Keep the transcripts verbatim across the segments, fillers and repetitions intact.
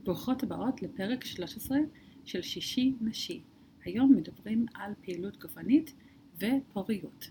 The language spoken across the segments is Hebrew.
ברוכות הבאות לפרק שלוש עשרה של שישי נשי. היום מדברים על פעילות גופנית ופוריות.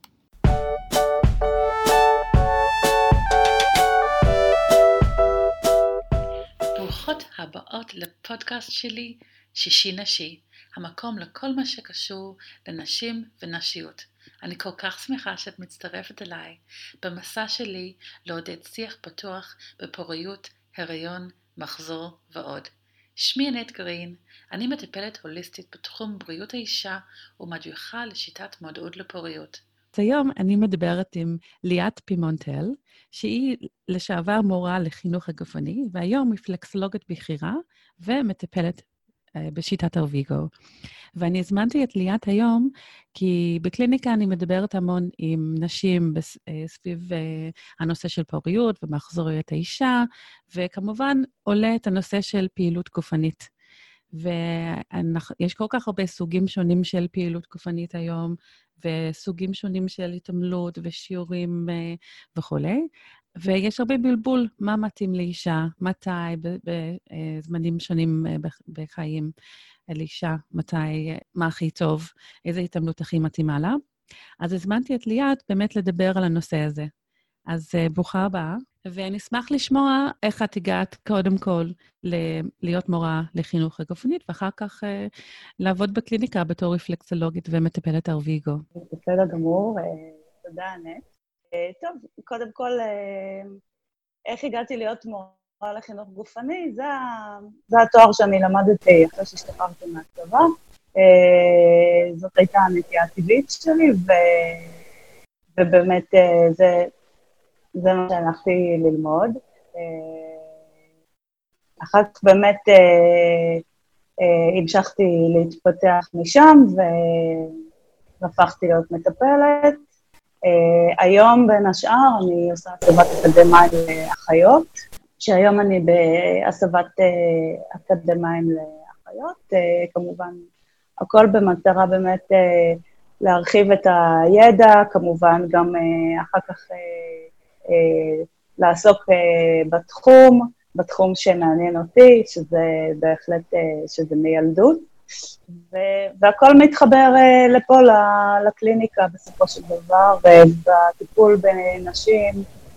ברוכות הבאות לפודקאסט שלי שישי נשי, המקום לכל מה שקשור לנשים ונשיות. אני כל כך שמחה שאת מצטרפת אליי במסע שלי לעודד שיח פתוח בפוריות, הריון, מחזור ועוד. שמי ענת גרין, אני מטפלת הוליסטית בתחום בריאות האישה ומדריכה לשיטת מודעות לפוריות. היום אני מדברת עם ליאת פימונטל, שהיא לשעבר מורה לחינוך הגופני, והיום היא פלקסולוגית בכירה ומטפלת בשיטת הרוויגו. ואני הזמנתי את ליאת היום, כי בקליניקה אני מדברת המון עם נשים סביב הנושא של פוריות ומחזוריות האישה, וכמובן עולה את הנושא של פעילות גופנית. ויש כל כך הרבה סוגים שונים של פעילות גופנית היום, וסוגים שונים של התעמלות ושיעורים וכו'. ויש הרבה בלבול, מה מתאים לאישה, מתי, בזמנים שונים בחיים לאישה, מתי, מה הכי טוב, איזו התעמלות הכי מתאימה לה. אז הזמנתי את ליאת באמת לדבר על הנושא הזה. אז ברוכה הבאה, ואני אשמח לשמוע איך את הגעת קודם כל להיות מורה לחינוך הגופנית, ואחר כך לעבוד בקליניקה בתור רפלקסולוגית ומטפלת הרוויגו. בסדר גמור, תודה ענת. טוב, קודם כל, איך הגעתי להיות מורה לחינוך גופני? זה, זה התואר שאני למדתי אחרי שהשתחררתי מהצבא. זאת הייתה הנטייה הטבעית שלי, ו, ובאמת זה... זה מה שהלכתי ללמוד. אחר כך באמת המשכתי להתפתח משם, והפכתי להיות מטפלת. היום בין השאר אני עושה הסבת אקדמיים לאחיות, שהיום אני בהסבת אקדמיים לאחיות, כמובן הכל במטרה באמת להרחיב את הידע, כמובן גם אחר כך לעסוק בתחום, בתחום שמעניין אותי, שזה בהחלט, שזה מילדות, והכל מתחבר לפה, לקליניקה בסופו של דבר, ובטיפול בנשים,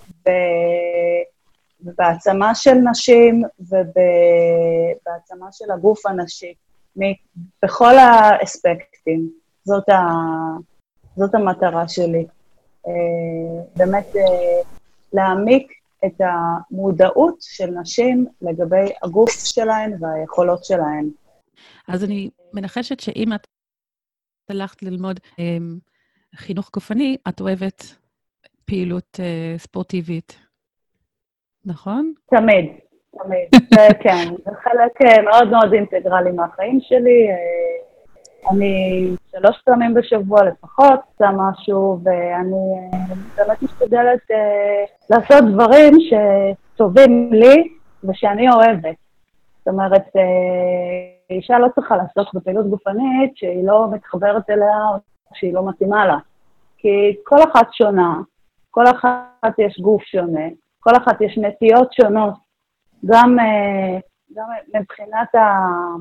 ובהעצמה של נשים, ובהעצמה של הגוף הנשי, בכל האספקטים. זאת ה, זאת המטרה שלי. באמת להעמיק את המודעות של נשים לגבי הגוף שלהן והיכולות שלהן. אז אני מנחשת שאם את הלכת ללמוד חינוך גופני, את אוהבת פעילות ספורטיבית, נכון? תמיד, תמיד. כן, זה חלק מאוד מאוד אינטגרלי מהחיים שלי. אני שלוש פעמים בשבוע לפחות עושה משהו, ואני באמת משתדלת אה, לעשות דברים שטובים לי ושאני אוהבת. זאת אומרת, אה, אישה לא צריכה לעסוק בפעילות גופנית שהיא לא מתחברת אליה או שהיא לא מתאימה לה. כי כל אחת שונה, כל אחת יש גוף שונה, כל אחת יש נטיות שונות, גם, אה, גם מבחינת ה...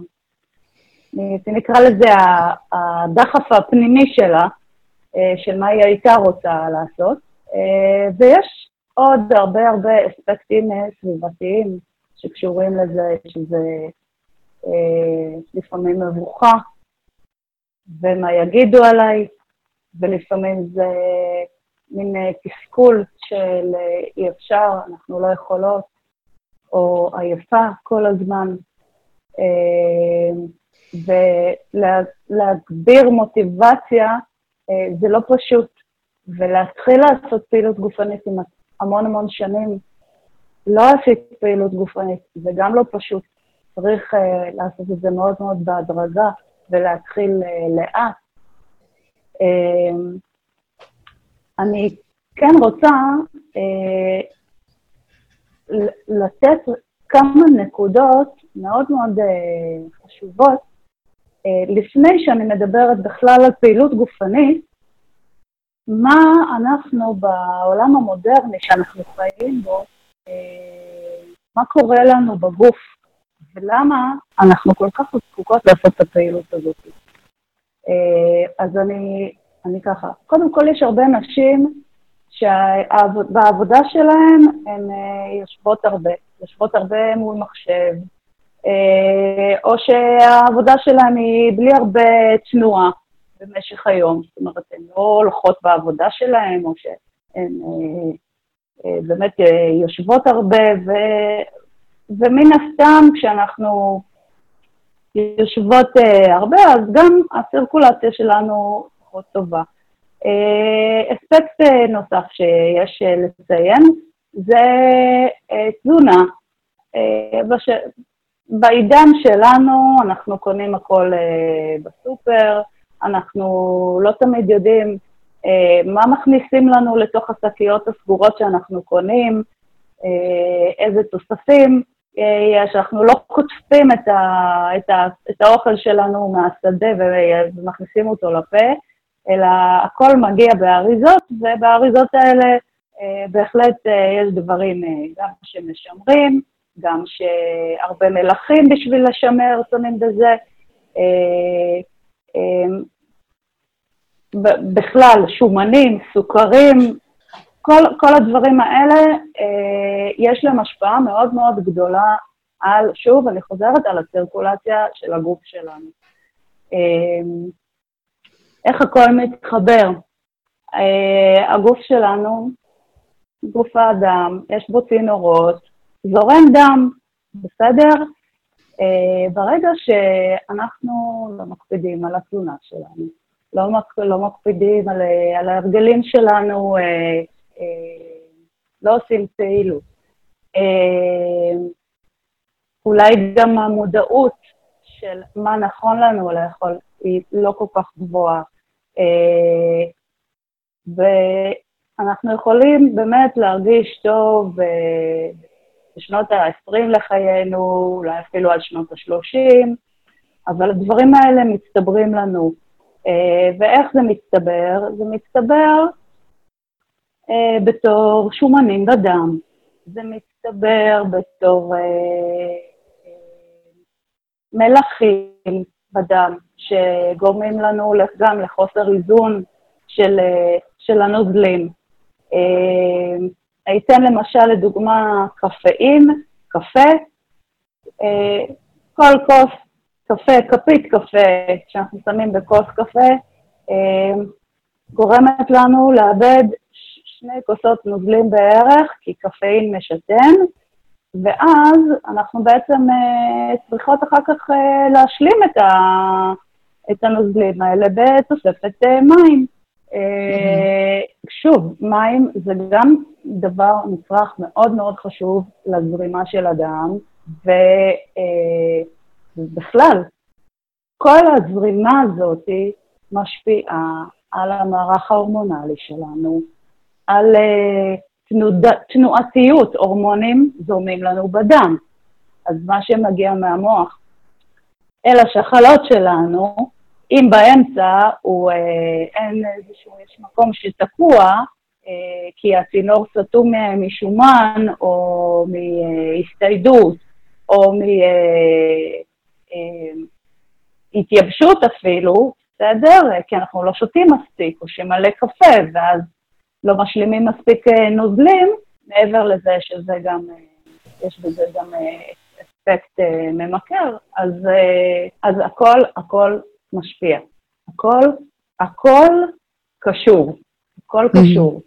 נקרא לזה הדחף הפנימי שלה, של מה היא הייתה רוצה לעשות, ויש עוד הרבה הרבה אספקטים סביבתיים שקשורים לזה, שזה לפעמים מבוכה, ומה יגידו עליי, ולפעמים זה מין תסכול של אי אפשר, אנחנו לא יכולות, או עייפה כל הזמן, ולהגביר מוטיבציה זה לא פשוט, ולהתחיל לעשות פעילות גופנית עם המון המון שנים, לא עשית פעילות גופנית, זה גם לא פשוט, צריך לעשות את זה מאוד מאוד בהדרגה, ולהתחיל לאט. אני כן רוצה לתת כמה נקודות מאוד מאוד חשובות, לפני שאני מדברת בכלל על פעילות גופנית, מה אנחנו בעולם המודרני שאנחנו חיים בו, מה קורה לנו בגוף, ולמה אנחנו כל כך זקוקות לעשות את הפעילות הזאת. אז אני, אני ככה, קודם כל יש הרבה נשים שבעבודה שלהן הן יושבות הרבה, יושבות הרבה מול מחשב, או שהעבודה שלהן היא בלי הרבה תנועה במשך היום, זאת אומרת, הן לא הולכות בעבודה שלהן, או שהן באמת יושבות הרבה, ו, ומן הסתם כשאנחנו יושבות הרבה, אז גם הסירקולציה שלנו פחות טובה. אספקט נוסף שיש לציין, זה תזונה. בש... בעידן שלנו אנחנו קונים הכל בסופר, אנחנו לא תמיד יודעים מה מכניסים לנו לתוך השקיות הסגורות שאנחנו קונים, איזה תוספים יש, אנחנו לא קוטפים את, ה... את, ה... את האוכל שלנו מהשדה ומכניסים אותו לפה, אלא הכל מגיע באריזות, ובאריזות האלה אה, בהחלט אה, יש דברים אה, גם שמשמרים, גם שהרבה מלחים בשביל לשמר, שמים בזה. אה, אה, בכלל, שומנים, סוכרים, כל, כל הדברים האלה, אה, יש להם השפעה מאוד מאוד גדולה על, שוב, אני חוזרת על הצירקולציה של הגוף שלנו. אה, איך הכל מתחבר? Uh, הגוף שלנו, גוף האדם, יש בו צינורות, זורם דם, בסדר? Uh, ברגע שאנחנו לא מקפידים על התזונה שלנו, לא, מק, לא מקפידים על, על ההרגלים שלנו, uh, uh, לא עושים פעילות. Uh, אולי גם המודעות של מה נכון לנו לאכול היא לא כל כך גבוהה. ואנחנו יכולים באמת להרגיש טוב בשנות ה-עשרים לחיינו, אולי אפילו עד שנות ה-שלושים, אבל הדברים האלה מצטברים לנו. ואיך זה מצטבר? זה מצטבר בתור שומנים בדם, זה מצטבר בתור מלחים בדם, שגורמים לנו גם לחוסר איזון של, של הנוזלים. הייתם למשל לדוגמה קפאין, קפה, כל כוס קפה, כפית קפה שאנחנו שמים בכוס קפה, גורמת לנו לאבד שני כוסות נוזלים בערך, כי קפאין משתן, ואז אנחנו בעצם צריכות אחר כך להשלים את, ה, את הנוזלים האלה בתוספת מים. שוב, מים זה גם דבר מצרך מאוד מאוד חשוב לזרימה של הדם, ובכלל, כל הזרימה הזאת משפיעה על המערך ההורמונלי שלנו, על תנועתיות, הורמונים זורמים לנו בדם. אז מה שמגיע מהמוח אל השחלות שלנו, אם באמצע הוא, אה, אין איזשהו, יש מקום שתקוע, אה, כי הצינור סתום משומן או מהסתיידות, או מהתייבשות אפילו, בסדר? כי אנחנו לא שותים מספיק, או שמלא קפה, ואז לא משלימים מספיק נוזלים, מעבר לזה שזה גם, יש בזה גם אפקט ממכר, אז, אז הכל, הכל משפיע. הכל, הכל קשור. הכל קשור.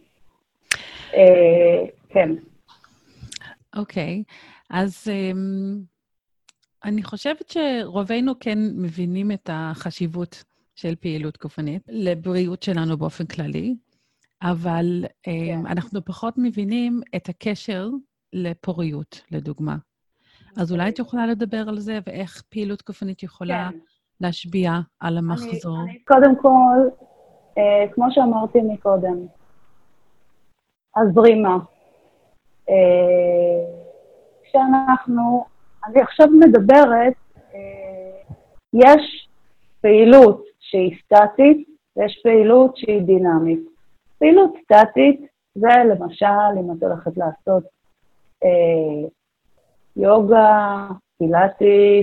כן. אוקיי, אז אני חושבת שרובנו כן מבינים את החשיבות של פעילות גופנית, לבריאות שלנו באופן כללי, אבל כן. אנחנו פחות מבינים את הקשר לפוריות, לדוגמה. אז אולי את יכולה לדבר על זה, ואיך פעילות גופנית יכולה כן. להשביע על המחזור? אני, אני קודם כל, אה, כמו שאמרתי מקודם, הזרימה. אה, כשאנחנו, אני עכשיו מדברת, אה, יש פעילות שהיא סטטית, ויש פעילות שהיא דינמית. פעילות סטטית זה למשל, אם את הולכת לעשות אה, יוגה, פילאטיס,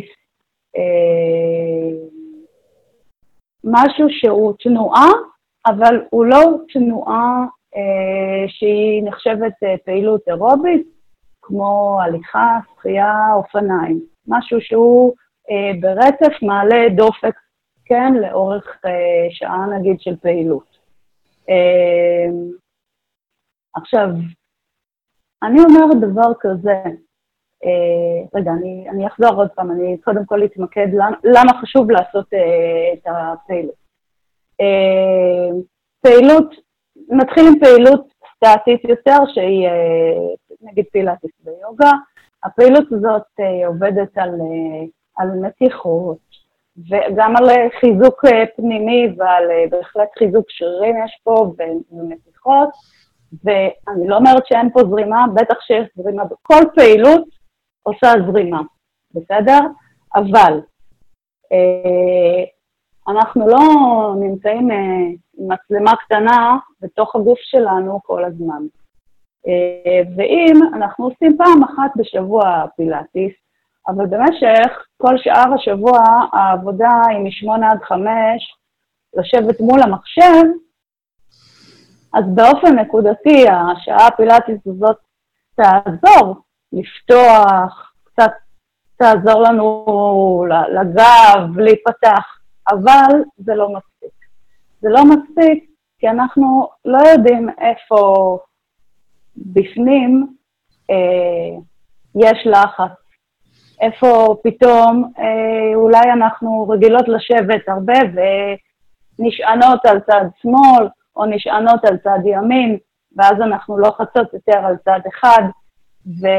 אה, משהו שהוא תנועה, אבל הוא לא תנועה אה, שהיא נחשבת אה, פעילות אירובית, כמו הליכה, שחייה, אופניים. משהו שהוא אה, ברצף מעלה דופק, כן, לאורך אה, שעה נגיד של פעילות. אה, עכשיו, אני אומרת דבר כזה, אה, רגע, אני, אני אחזור עוד פעם, אני קודם כל אתמקד למה, למה חשוב לעשות אה, את הפעילות. אה, פעילות, נתחיל עם פעילות סטטית יותר, שהיא אה, נגיד פילאטיס ביוגה. הפעילות הזאת אה, עובדת על, אה, על מתיחות, וגם על חיזוק אה, פנימי ועל אה, בהחלט חיזוק שרירים יש פה ומתיחות, ואני לא אומרת שאין פה זרימה, בטח שיש זרימה, בכל פעילות עושה זרימה, בסדר? אבל אה, אנחנו לא נמצאים אה, עם מצלמה קטנה בתוך הגוף שלנו כל הזמן. אה, ואם אנחנו עושים פעם אחת בשבוע פילאטיס, אבל במשך כל שאר השבוע העבודה היא משמונה עד חמש, לשבת מול המחשב, אז באופן נקודתי השעה הפילאטיס הזאת תעזור לפתוח, קצת תעזור לנו לגב, להיפתח, אבל זה לא מספיק. זה לא מספיק כי אנחנו לא יודעים איפה בפנים אה, יש לחץ, איפה פתאום אה, אולי אנחנו רגילות לשבת הרבה ונשענות על צד שמאל, או נשענות על צד ימין, ואז אנחנו לא חצות יותר על צד אחד, ו,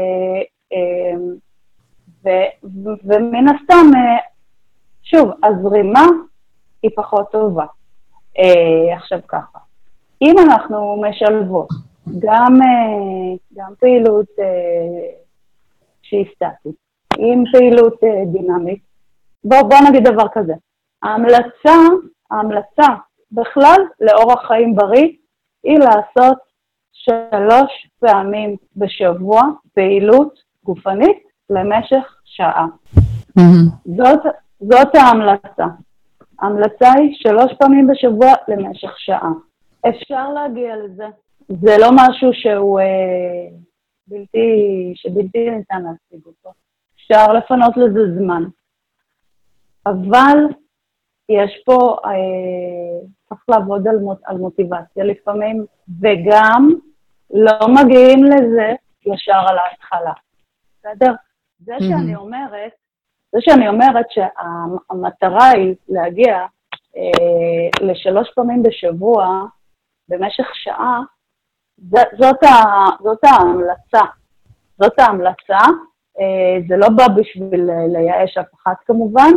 ו, ו, ומן הסתם, שוב, הזרימה היא פחות טובה. עכשיו ככה, אם אנחנו משלבות גם, גם פעילות שהיא סטטית, עם פעילות דינמית, בוא, בוא נגיד דבר כזה, ההמלצה, ההמלצה, בכלל, לאורח חיים בריא, היא לעשות שלוש פעמים בשבוע פעילות גופנית למשך שעה. Mm-hmm. זאת, זאת ההמלצה. ההמלצה היא שלוש פעמים בשבוע למשך שעה. אפשר להגיע לזה. זה לא משהו שהוא אה, בלתי, שבלתי ניתן להשיג אותו. אפשר לפנות לזה זמן. אבל יש פה, אה, צריך לעבוד על, מוט, על מוטיבציה לפעמים, וגם לא מגיעים לזה ישר על ההתחלה. בסדר? זה mm-hmm. שאני אומרת, זה שאני אומרת שהמטרה היא להגיע אה, לשלוש פעמים בשבוע, במשך שעה, זאת, זאת, ה, זאת ההמלצה. זאת ההמלצה, אה, זה לא בא בשביל לייאש אף אחד כמובן,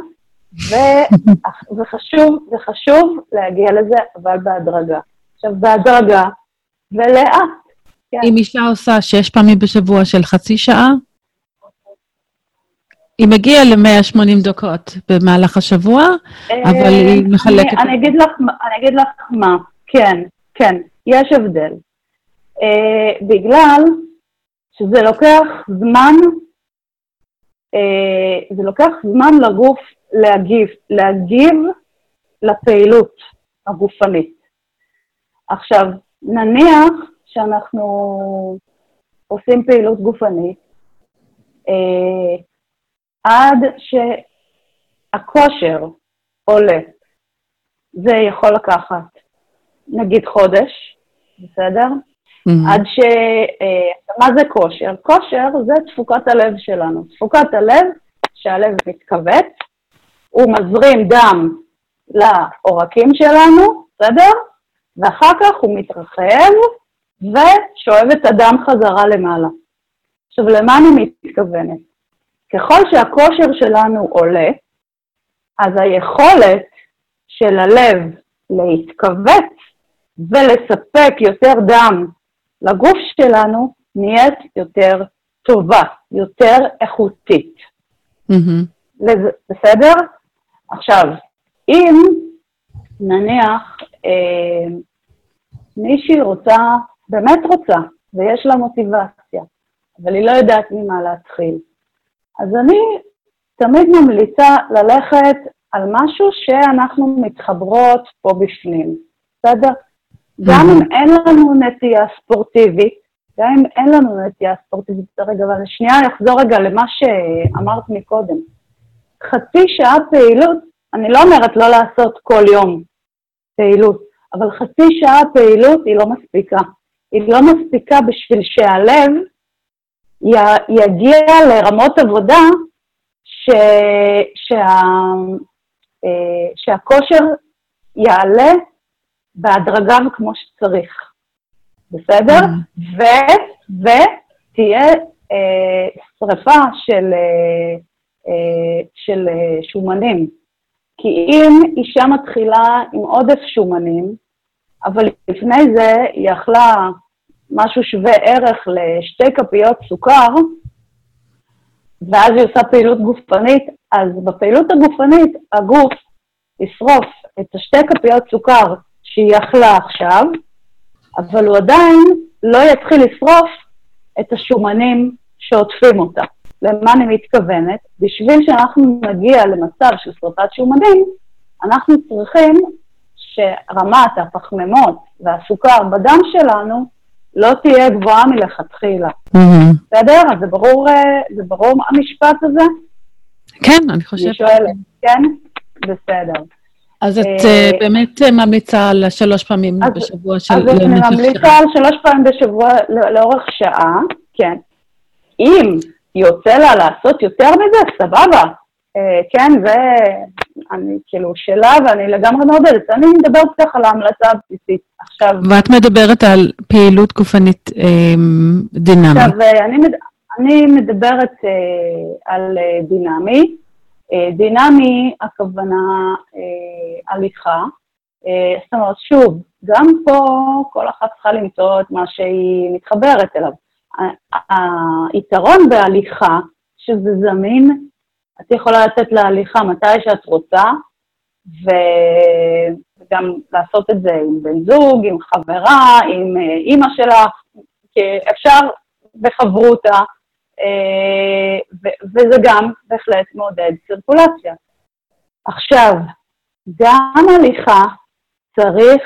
וחשוב, וחשוב להגיע לזה, אבל בהדרגה. עכשיו, בהדרגה, ולאט. אם אישה עושה שש פעמים בשבוע של חצי שעה, היא מגיעה ל-מאה ושמונים דקות במהלך השבוע, אבל היא מחלקת... אני אגיד לך, אני אגיד לך מה, כן, כן, יש הבדל. בגלל שזה לוקח זמן, זה לוקח זמן לגוף להגיב, להגיב לפעילות הגופנית. עכשיו, נניח שאנחנו עושים פעילות גופנית, אה, עד שהכושר עולה, זה יכול לקחת, נגיד חודש, בסדר? Mm-hmm. עד ש... אה, מה זה כושר? כושר זה תפוקת הלב שלנו. תפוקת הלב, שהלב מתכווץ, הוא מזרים דם לעורקים שלנו, בסדר? ואחר כך הוא מתרחב ושואב את הדם חזרה למעלה. עכשיו, למה אני מתכוונת? ככל שהכושר שלנו עולה, אז היכולת של הלב להתכווץ ולספק יותר דם לגוף שלנו נהיית יותר טובה, יותר איכותית. Mm-hmm. בסדר? עכשיו, אם נניח אה, מישהי רוצה, באמת רוצה, ויש לה מוטיבציה, אבל היא לא יודעת ממה להתחיל, אז אני תמיד ממליצה ללכת על משהו שאנחנו מתחברות פה בפנים, בסדר? גם אם אין לנו נטייה ספורטיבית, גם אם אין לנו נטייה ספורטיבית, רגע, אבל שנייה, אני אחזור רגע למה שאמרת מקודם. חצי שעה פעילות, אני לא אומרת לא לעשות כל יום פעילות, אבל חצי שעה פעילות היא לא מספיקה. היא לא מספיקה בשביל שהלב יגיע לרמות עבודה ש... שה... שהכושר יעלה בהדרגה וכמו שצריך. בסדר? ו... ותהיה אה, שריפה של, אה, של שומנים. כי אם אישה מתחילה עם עודף שומנים, אבל לפני זה היא אכלה משהו שווה ערך לשתי כפיות סוכר, ואז היא עושה פעילות גופנית, אז בפעילות הגופנית הגוף ישרוף את השתי כפיות סוכר שהיא אכלה עכשיו, אבל הוא עדיין לא יתחיל לשרוף את השומנים שעוטפים אותה. למה אני מתכוונת? בשביל שאנחנו נגיע למצב של שריפת שומנים, אנחנו צריכים שרמת הפחמימות והסוכר בדם שלנו לא תהיה גבוהה מלכתחילה. בסדר? אז זה ברור, זה ברור המשפט הזה? כן, אני חושבת. אני שואלת, כן? בסדר. אז את באמת ממליצה על שלוש פעמים בשבוע של... אז אני ממליצה על שלוש פעמים בשבוע לאורך שעה, כן. אם יוצא לה לעשות יותר מזה, סבבה. כן, ואני כאילו שאלה, ואני לגמרי מעודדת. אני מדברת ככה על ההמלצה הבסיסית. עכשיו... ואת מדברת על פעילות גופנית דינמית. עכשיו, אני, אני מדברת על דינמי. דינמי, הכוונה הליכה. זאת אומרת, שוב, גם פה כל אחת צריכה למצוא את מה שהיא מתחברת אליו. היתרון בהליכה, שזה זמין, את יכולה לצאת להליכה מתי שאת רוצה, וגם לעשות את זה עם בן זוג, עם חברה, עם אמא שלך, כי אפשר בחברותה, וזה גם בהחלט מעודד צירקולציה. עכשיו, גם הליכה צריך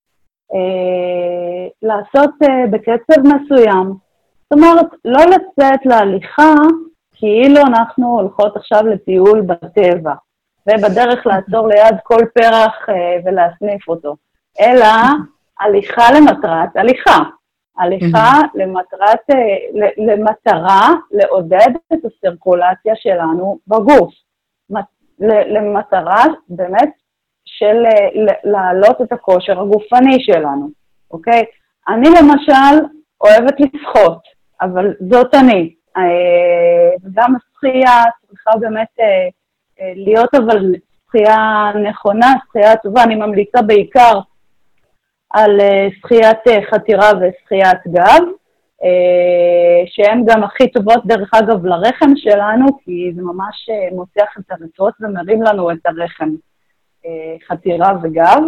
לעשות בקצב מסוים, זאת אומרת, לא לצאת להליכה, כאילו אנחנו הולכות עכשיו לטיול בטבע, ובדרך לעצור ליד כל פרח ולהסניף אותו, אלא הליכה למטרת הליכה. הליכה למטרת, למטרה לעודד את הסירקולציה שלנו בגוף. למטרה באמת של להעלות את הכושר הגופני שלנו, אוקיי? אני למשל אוהבת לשחות, אבל זאת אני. גם השחייה צריכה באמת להיות אבל שחייה נכונה, שחייה טובה. אני ממליצה בעיקר על שחיית חתירה ושחיית גב, שהן גם הכי טובות דרך אגב לרחם שלנו, כי זה ממש מוצח את הרצועות ומרים לנו את הרחם, חתירה וגב.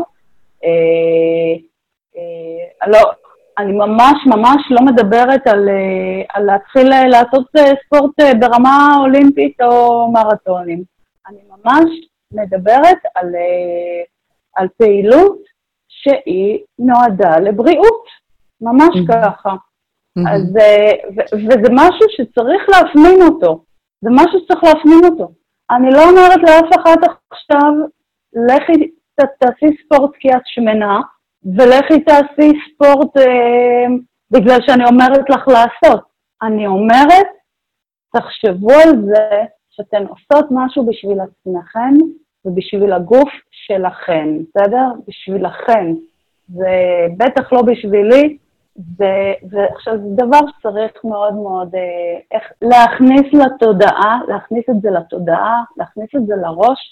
לא, אני ממש ממש לא מדברת על, על להתחיל לעשות ספורט ברמה אולימפית או מרתונים. אני ממש מדברת על, על פעילות שהיא נועדה לבריאות, ממש ככה. אז, ו- וזה משהו שצריך להפנים אותו, זה משהו שצריך להפנים אותו. אני לא אומרת לאף אחת עכשיו, לכי תעשי ספורט כי את שמנה, ולכי תעשי ספורט אה, בגלל שאני אומרת לך לעשות. אני אומרת, תחשבו על זה שאתן עושות משהו בשביל עצמכן, ובשביל הגוף שלכן, בסדר? בשבילכן. זה בטח לא בשבילי, ועכשיו זה דבר שצריך מאוד מאוד, איך, להכניס לתודעה, להכניס את זה לתודעה, להכניס את זה לראש,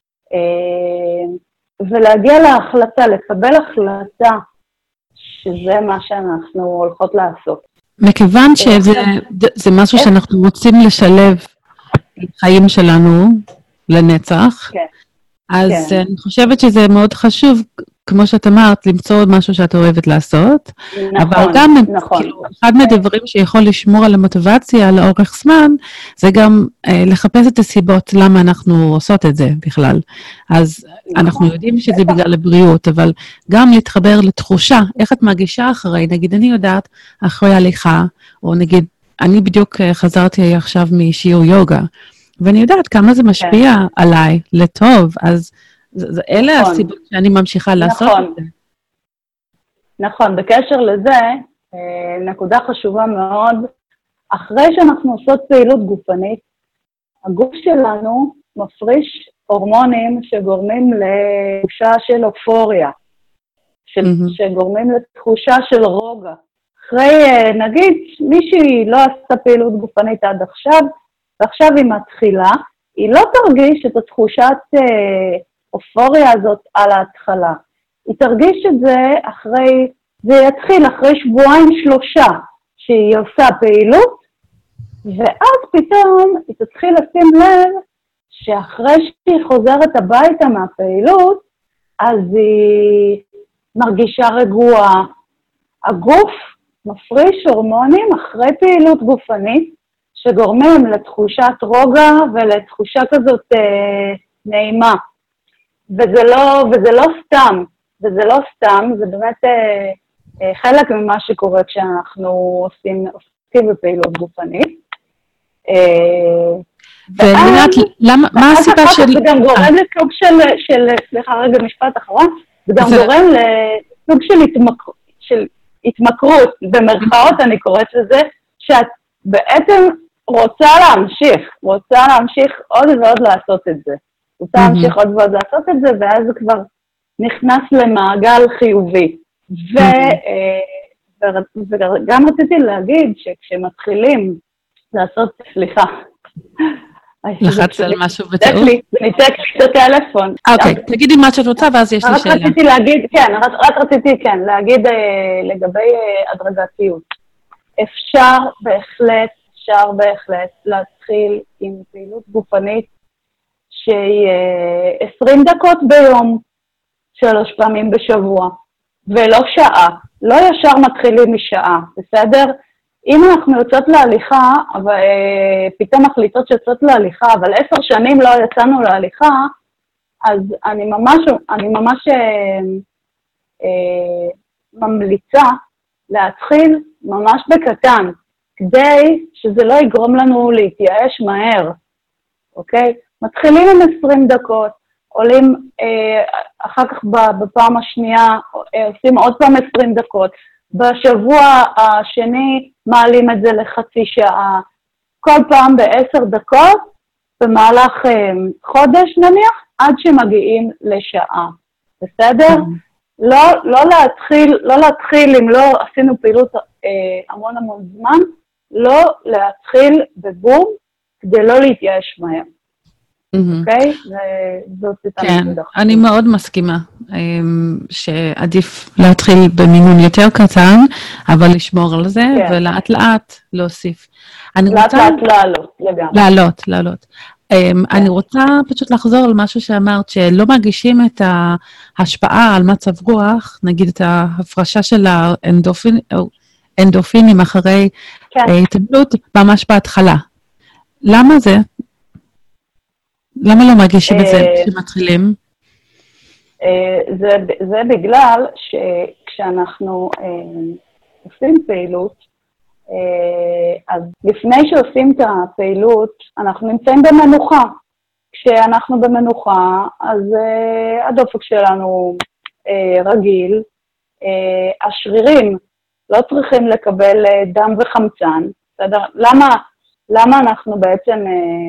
ולהגיע להחלטה, לקבל החלטה, שזה מה שאנחנו הולכות לעשות. מכיוון שזה זה משהו שאנחנו רוצים לשלב בחיים שלנו לנצח, כן. אז כן. אני חושבת שזה מאוד חשוב, כמו שאת אמרת, למצוא משהו שאת אוהבת לעשות. נכון, אבל גם, נכון. כאילו, אחד מהדברים שיכול לשמור על המוטיבציה לאורך זמן, זה גם אה, לחפש את הסיבות למה אנחנו עושות את זה בכלל. אז נכון. אנחנו יודעים שזה בגלל הבריאות, אבל גם להתחבר לתחושה, איך את מרגישה אחרי, נגיד, אני יודעת, אחרי הליכה, או נגיד, אני בדיוק אה, חזרתי עכשיו משיעור יוגה, ואני יודעת כמה זה משפיע כן. עליי, לטוב, אז זה, זה, אלה נכון. הסיבות שאני ממשיכה לעשות נכון. את זה. נכון, בקשר לזה, נקודה חשובה מאוד, אחרי שאנחנו עושות פעילות גופנית, הגוף שלנו מפריש הורמונים שגורמים לתחושה של אופוריה, של, mm-hmm. שגורמים לתחושה של רוגע. אחרי, נגיד, מישהי לא עשתה פעילות גופנית עד עכשיו, ועכשיו היא מתחילה, היא לא תרגיש את התחושת אה, אופוריה הזאת על ההתחלה. היא תרגיש את זה אחרי, זה יתחיל אחרי שבועיים שלושה שהיא עושה פעילות, ואז פתאום היא תתחיל לשים לב שאחרי שהיא חוזרת הביתה מהפעילות, אז היא מרגישה רגועה. הגוף מפריש הורמונים אחרי פעילות גופנית, שגורמים לתחושת רוגע ולתחושה כזאת אה, נעימה. וזה לא, וזה לא סתם, וזה לא סתם, זה באמת אה, אה, חלק ממה שקורה כשאנחנו עושים, עושים בפעילות גופנית. אה, וליאת, למה, מה הסיבה של... זה גם גורם לסוג של, של, סליחה רגע משפט אחרון, זה גם גורם לסוג של, התמק, של התמכרות, במרכאות אני קוראת לזה, שאת בעצם רוצה להמשיך, רוצה להמשיך עוד ועוד לעשות את זה. רוצה להמשיך עוד ועוד לעשות את זה, ואז זה כבר נכנס למעגל חיובי. וגם רציתי להגיד שכשמתחילים לעשות, סליחה, לחץ על משהו בטעות? זה ניתק לי את הטלפון. אוקיי, תגידי מה שאת רוצה, ואז יש לי שאלה. רק רציתי להגיד, כן, רק רציתי, כן, להגיד לגבי הדרגתיות. אפשר בהחלט, אפשר בהחלט להתחיל עם פעילות גופנית שהיא עשרים דקות ביום, שלוש פעמים בשבוע, ולא שעה. לא ישר מתחילים משעה, בסדר? אם אנחנו יוצאות להליכה, אבל, אה, פתאום מחליטות שיוצאות להליכה, אבל עשר שנים לא יצאנו להליכה, אז אני ממש, אני ממש אה, אה, ממליצה להתחיל ממש בקטן, כדי שזה לא יגרום לנו להתייאש מהר, אוקיי? מתחילים עם עשרים דקות, עולים אה, אחר כך בפעם השנייה, אה, עושים עוד פעם עשרים דקות, בשבוע השני מעלים את זה לחצי שעה, כל פעם בעשר דקות, במהלך אה, חודש נניח, עד שמגיעים לשעה, בסדר? לא, לא להתחיל, לא להתחיל אם לא עשינו פעילות אה, המון המון זמן, לא להתחיל בבום, כדי לא להתייאש מהר. אוקיי? זאת הייתה נקודה. כן, אני מאוד מסכימה שעדיף להתחיל במינון יותר קטן, אבל לשמור על זה, ולאט לאט להוסיף. לאט לאט לעלות, לגמרי. לעלות, לעלות. אני רוצה פשוט לחזור על משהו שאמרת, שלא מרגישים את ההשפעה על מצב רוח, נגיד את ההפרשה של האנדורפינים אחרי התאבלות, ממש בהתחלה. למה זה? למה לא מרגישים את זה כשמתחילים? זה בגלל שכשאנחנו עושים פעילות, אז לפני שעושים את הפעילות, אנחנו נמצאים במנוחה. כשאנחנו במנוחה, אז הדופק שלנו רגיל, השרירים לא צריכים לקבל דם וחמצן. בסדר? למה, למה אנחנו בעצם...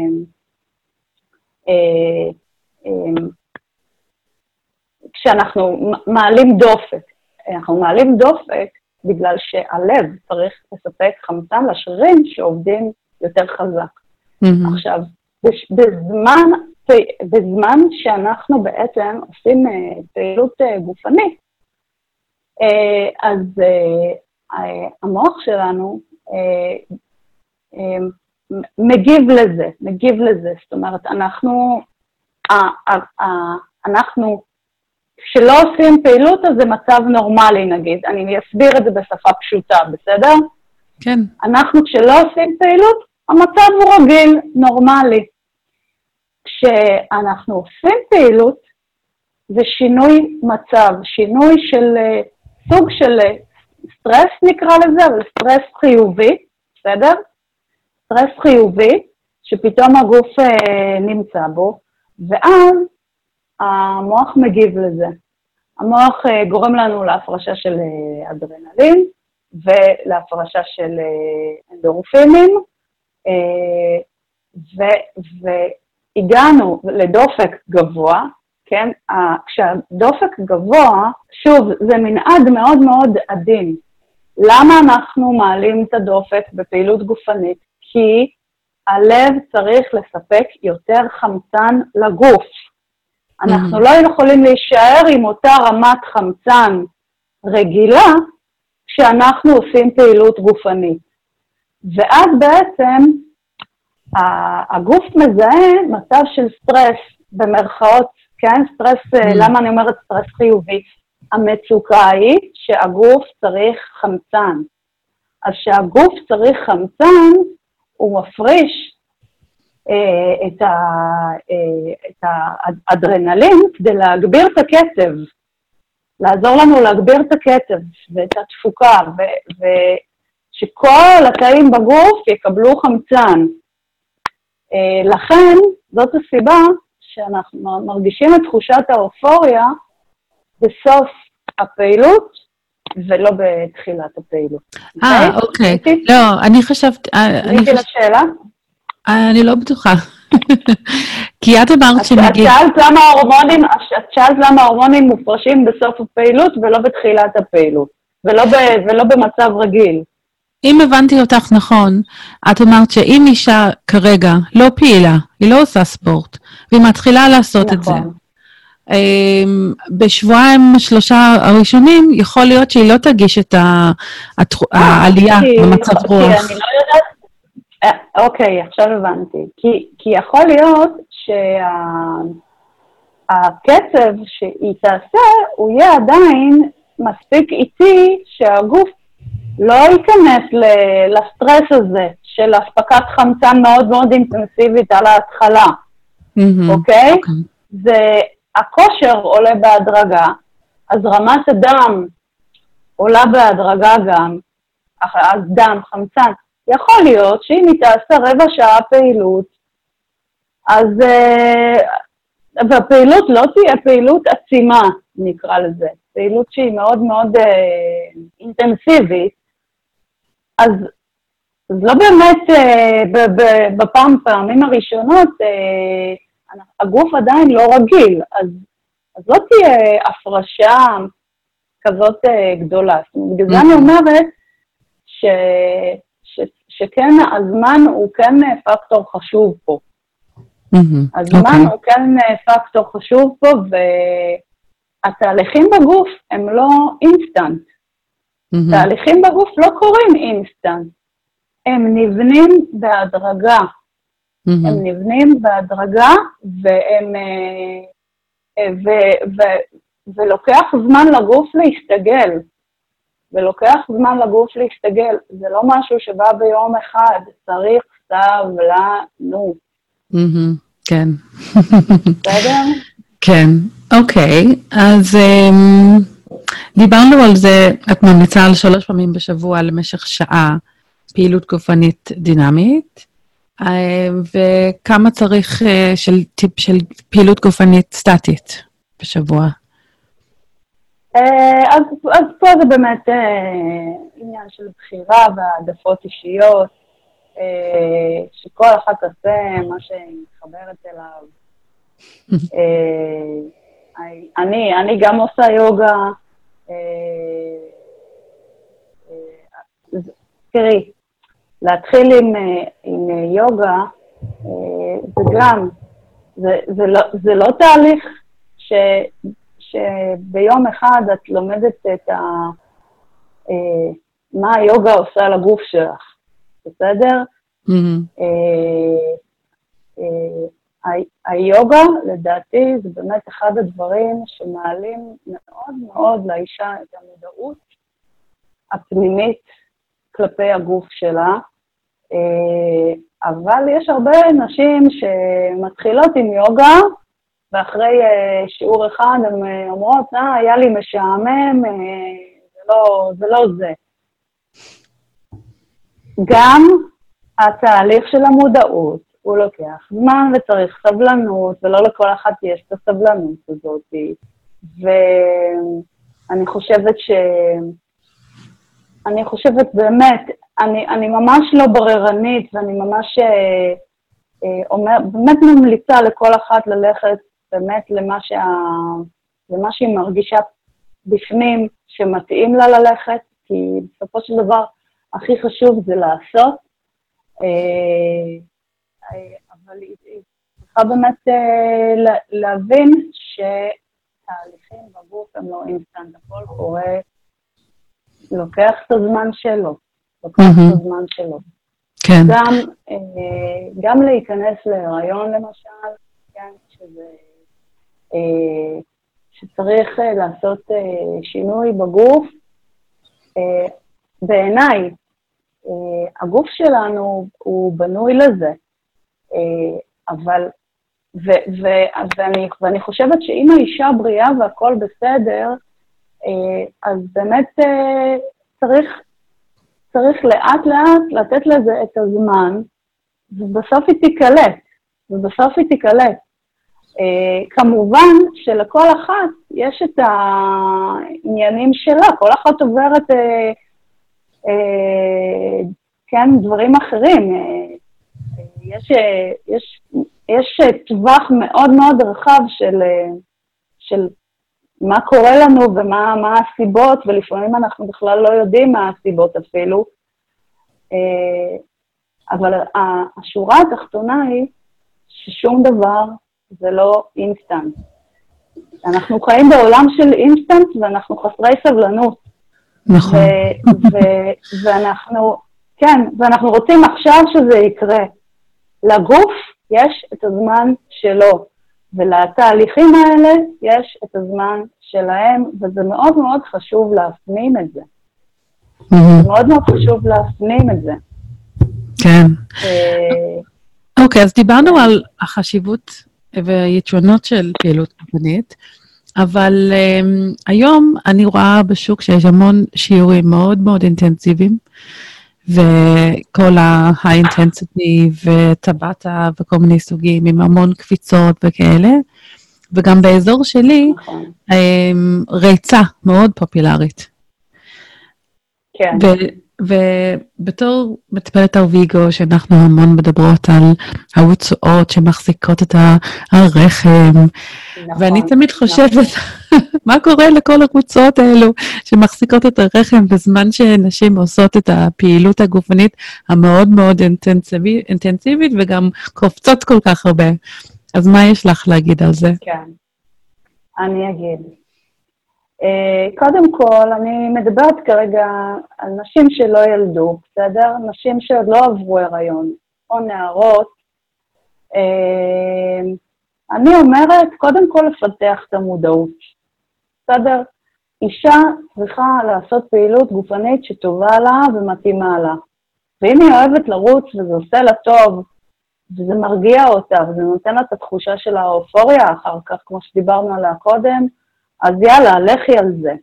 כשאנחנו מעלים דופק, אנחנו מעלים דופק בגלל שהלב צריך לספק חמצן לשרירים שעובדים יותר חזק. Mm-hmm. עכשיו, בזמן, בזמן שאנחנו בעצם עושים פעילות גופנית, אז המוח שלנו מגיב לזה, מגיב לזה, זאת אומרת, אנחנו, אנחנו, כשלא עושים פעילות, אז זה מצב נורמלי, נגיד. אני אסביר את זה בשפה פשוטה, בסדר? כן. אנחנו, כשלא עושים פעילות, המצב הוא רגיל, נורמלי. כשאנחנו עושים פעילות, זה שינוי מצב, שינוי של סוג של סטרס נקרא לזה, אבל סטרס חיובי, בסדר? סטרס חיובי, שפתאום הגוף אה, נמצא בו, ואז המוח מגיב לזה. המוח אה, גורם לנו להפרשה של אה, אדרנלין, ולהפרשה של אה, אנדורפינים, אה, ו- והגענו לדופק גבוה, כן? כשהדופק גבוה, שוב, זה מנעד מאוד מאוד עדין. למה אנחנו מעלים את הדופק בפעילות גופנית? כי הלב צריך לספק יותר חמצן לגוף. אנחנו mm-hmm. לא יכולים להישאר עם אותה רמת חמצן רגילה, כשאנחנו עושים פעילות גופנית. ואז בעצם, הגוף מזהה מצב של סטרס, במרכאות, כן? סטרס, mm-hmm. למה אני אומרת סטרס חיובי? המצוקה היא שהגוף צריך חמצן. אז שהגוף צריך חמצן, הוא מפריש אה, את, ה, אה, את האדרנלין כדי להגביר את הקצב, לעזור לנו להגביר את הקצב ואת התפוקה, ושכל התאים בגוף יקבלו חמצן. אה, לכן, זאת הסיבה שאנחנו מרגישים את תחושת האופוריה בסוף הפעילות, ולא בתחילת הפעילות. אה, אוקיי. לא, אני חשבת... עניתי לשאלה? אני לא בטוחה. כי את אמרת שנגיד... את שאלת למה ההורמונים, את שאלת למה ההורמונים מופרשים בסוף הפעילות, ולא בתחילת הפעילות, ולא במצב רגיל. אם הבנתי אותך נכון, את אמרת שאם אישה כרגע לא פעילה, היא לא עושה ספורט, והיא מתחילה לעשות את זה, בשבועיים שלושה הראשונים, יכול להיות שהיא לא תרגיש את העלייה במצב רוח. אוקיי, עכשיו הבנתי. כי יכול להיות שהקצב שהיא תעשה, הוא יהיה עדיין מספיק איטי שהגוף לא ייכנס לסטרס הזה של הפקת חמצן מאוד מאוד אינטנסיבית על ההתחלה. אוקיי? זה... הכושר עולה בהדרגה, אז רמת הדם עולה בהדרגה גם, אז דם, חמצן. יכול להיות שאם היא תעשה רבע שעה פעילות, אז והפעילות לא תהיה פעילות עצימה, נקרא לזה, פעילות שהיא מאוד מאוד אה, אינטנסיבית, אז, אז לא באמת אה, בפעם פעמים הראשונות, אה, הגוף עדיין לא רגיל, אז, אז לא תהיה הפרשה כזאת uh, גדולה. בגלל זה אני אומרת ש, ש, שכן הזמן הוא כן פקטור חשוב פה. הזמן הוא כן פקטור חשוב פה, והתהליכים בגוף הם לא אינסטנט. תהליכים בגוף לא קורים אינסטנט. הם נבנים בהדרגה. Mm-hmm. הם נבנים בהדרגה, והם, ו, ו, ולוקח זמן לגוף להסתגל, ולוקח זמן לגוף להסתגל, זה לא משהו שבא ביום אחד, צריך סבלנות. Mm-hmm. כן. בסדר? כן, אוקיי, אז um, דיברנו על זה, את ממליצה על שלוש פעמים בשבוע למשך שעה, פעילות גופנית דינמית, וכמה צריך של טיפ של פעילות גופנית סטטית בשבוע? אז, אז פה זה באמת עניין של בחירה והעדפות אישיות, שכל אחד עושה מה שהיא מתחברת אליו. אני, אני גם עושה יוגה, תראי, להתחיל עם, עם יוגה, זה גם, זה, זה, לא, זה לא תהליך ש, שביום אחד את לומדת את ה, מה היוגה עושה לגוף שלך, בסדר? Mm-hmm. היוגה, לדעתי, זה באמת אחד הדברים שמעלים מאוד מאוד לאישה את המודעות הפנימית כלפי הגוף שלה, אבל יש הרבה נשים שמתחילות עם יוגה, ואחרי שיעור אחד הן אומרות, אה, היה לי משעמם, זה לא זה. לא זה. גם התהליך של המודעות, הוא לוקח זמן וצריך סבלנות, ולא לכל אחת יש את הסבלנות הזאת. ואני חושבת ש... אני חושבת באמת, אני, אני ממש לא בררנית, ואני ממש אה, אומר, באמת ממליצה לכל אחת ללכת באמת למה, שה, למה שהיא מרגישה בפנים, שמתאים לה ללכת, כי בסופו של דבר הכי חשוב זה לעשות, אה, אבל היא צריכה באמת אה, להבין שתהליכים בגוף הם לא אינסטנט, הכל קורה, לוקח את הזמן שלו, לוקח את הזמן שלו. כן. גם, אה, גם להיכנס להיריון למשל, כן, שזה, אה, שצריך אה, לעשות אה, שינוי בגוף, אה, בעיניי, אה, הגוף שלנו הוא בנוי לזה, אה, אבל, ו, ו, ואני, ואני חושבת שאם האישה בריאה והכל בסדר, אז באמת צריך, צריך לאט לאט לתת לזה את הזמן, ובסוף היא תיקלט, ובסוף היא תיקלט. כמובן שלכל אחת יש את העניינים שלה, כל אחת עוברת, כן, דברים אחרים. יש, יש, יש טווח מאוד מאוד רחב של, של מה קורה לנו ומה מה הסיבות, ולפעמים אנחנו בכלל לא יודעים מה הסיבות אפילו. אבל השורה התחתונה היא ששום דבר זה לא אינסטנט. אנחנו חיים בעולם של אינסטנט ואנחנו חסרי סבלנות. נכון. ואנחנו, כן, ואנחנו רוצים עכשיו שזה יקרה. לגוף יש את הזמן שלו. ולתהליכים האלה יש את הזמן שלהם, וזה מאוד מאוד חשוב להפנים את זה. זה מאוד מאוד חשוב להפנים את זה. כן. אוקיי, אז דיברנו על החשיבות והיתרונות של פעילות גופנית, אבל היום אני רואה בשוק שיש המון שיעורים מאוד מאוד אינטנסיביים, וכל ה-intensity וטבטה וכל מיני סוגים עם המון קפיצות וכאלה, וגם באזור שלי ריצה מאוד פופולרית. כן. ובתור מטפלת ארוויגו, שאנחנו המון מדברות על הרצועות שמחזיקות את הרחם, ואני תמיד חושבת, מה קורה לכל הקבוצות האלו שמחזיקות את הרחם בזמן שנשים עושות את הפעילות הגופנית המאוד מאוד אינטנסיבית, אינטנסיבית וגם קופצות כל כך הרבה. אז מה יש לך להגיד על זה? כן, אני אגיד. קודם כל, אני מדברת כרגע על נשים שלא ילדו, בסדר? נשים שעוד לא עברו הריון, או נערות. אני אומרת, קודם כל לפתח את המודעות, בסדר? אישה צריכה לעשות פעילות גופנית שטובה לה ומתאימה לה. ואם היא אוהבת לרוץ וזה עושה לה טוב, וזה מרגיע אותה, וזה נותן לה את התחושה של האופוריה אחר כך, כמו שדיברנו עליה קודם, אז יאללה, לכי על זה.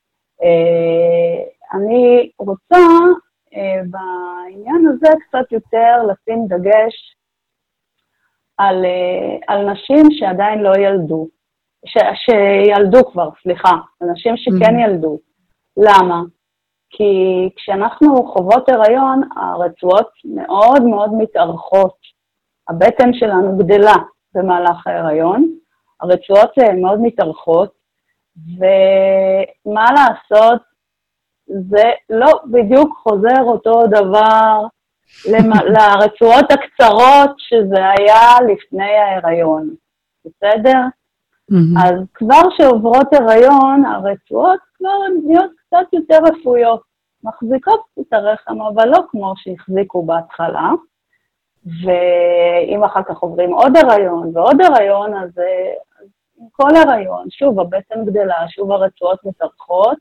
אני רוצה בעניין הזה קצת יותר לשים דגש על, על נשים שעדיין לא ילדו, ש, שילדו כבר, סליחה, אנשים שכן ילדו. למה? כי כשאנחנו חוות הריון, הרצועות מאוד מאוד מתארכות. הבטן שלנו גדלה במהלך ההיריון, הרצועות מאוד מתארכות, ומה לעשות, זה לא בדיוק חוזר אותו דבר לרצועות הקצרות שזה היה לפני ההיריון, בסדר? Mm-hmm. אז כבר שעוברות הריון, הרצועות כבר נהיות קצת יותר רפויות, מחזיקות את הרחם, אבל לא כמו שהחזיקו בהתחלה, ואם אחר כך עוברים עוד הריון ועוד הריון, אז, אז עם כל הריון, שוב, הבטן גדלה, שוב הרצועות מתארכות,